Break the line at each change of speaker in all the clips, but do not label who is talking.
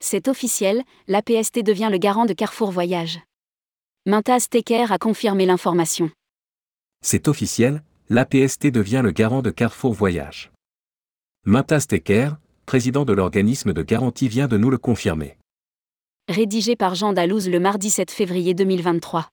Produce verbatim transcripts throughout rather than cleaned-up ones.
C'est officiel, l'A P S T devient le garant de Carrefour Voyage. Mintaz Teker a confirmé l'information.
C'est officiel, l'A P S T devient le garant de Carrefour Voyage. Mintaz Teker, président de l'organisme de garantie, vient de nous le confirmer.
Rédigé par Jean Dalouse le mardi sept février deux mille vingt-trois.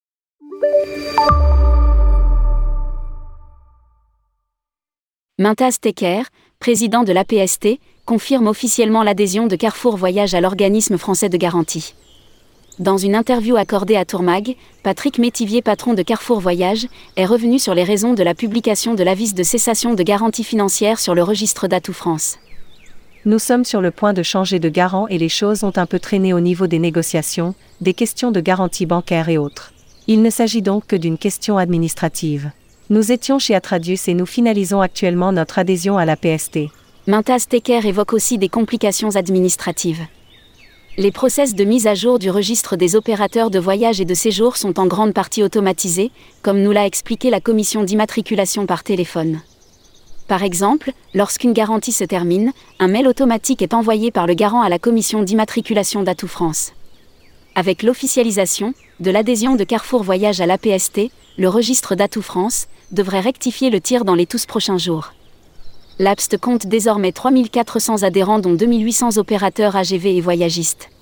Mintaz Teker, président de l'A P S T, confirme officiellement l'adhésion de Carrefour Voyage à l'organisme français de garantie. Dans une interview accordée à Tourmag, Patrick Métivier, patron de Carrefour Voyage, est revenu sur les raisons de la publication de l'avis de cessation de garantie financière sur le registre d'Atout France.
Nous sommes sur le point de changer de garant et les choses ont un peu traîné au niveau des négociations, des questions de garantie bancaire et autres. Il ne s'agit donc que d'une question administrative. Nous étions chez Atradius et nous finalisons actuellement notre adhésion à l'A P S T.
Mintaz Teker évoque aussi des complications administratives. Les process de mise à jour du registre des opérateurs de voyage et de séjour sont en grande partie automatisés, comme nous l'a expliqué la commission d'immatriculation par téléphone. Par exemple, lorsqu'une garantie se termine, un mail automatique est envoyé par le garant à la commission d'immatriculation d'Atout France. Avec l'officialisation de l'adhésion de Carrefour Voyage à l'A P S T, le registre d'Atout France devrait rectifier le tir dans les tous prochains jours. L'A P S T compte désormais trois mille quatre cents adhérents dont deux mille huit cents opérateurs A G V et voyagistes.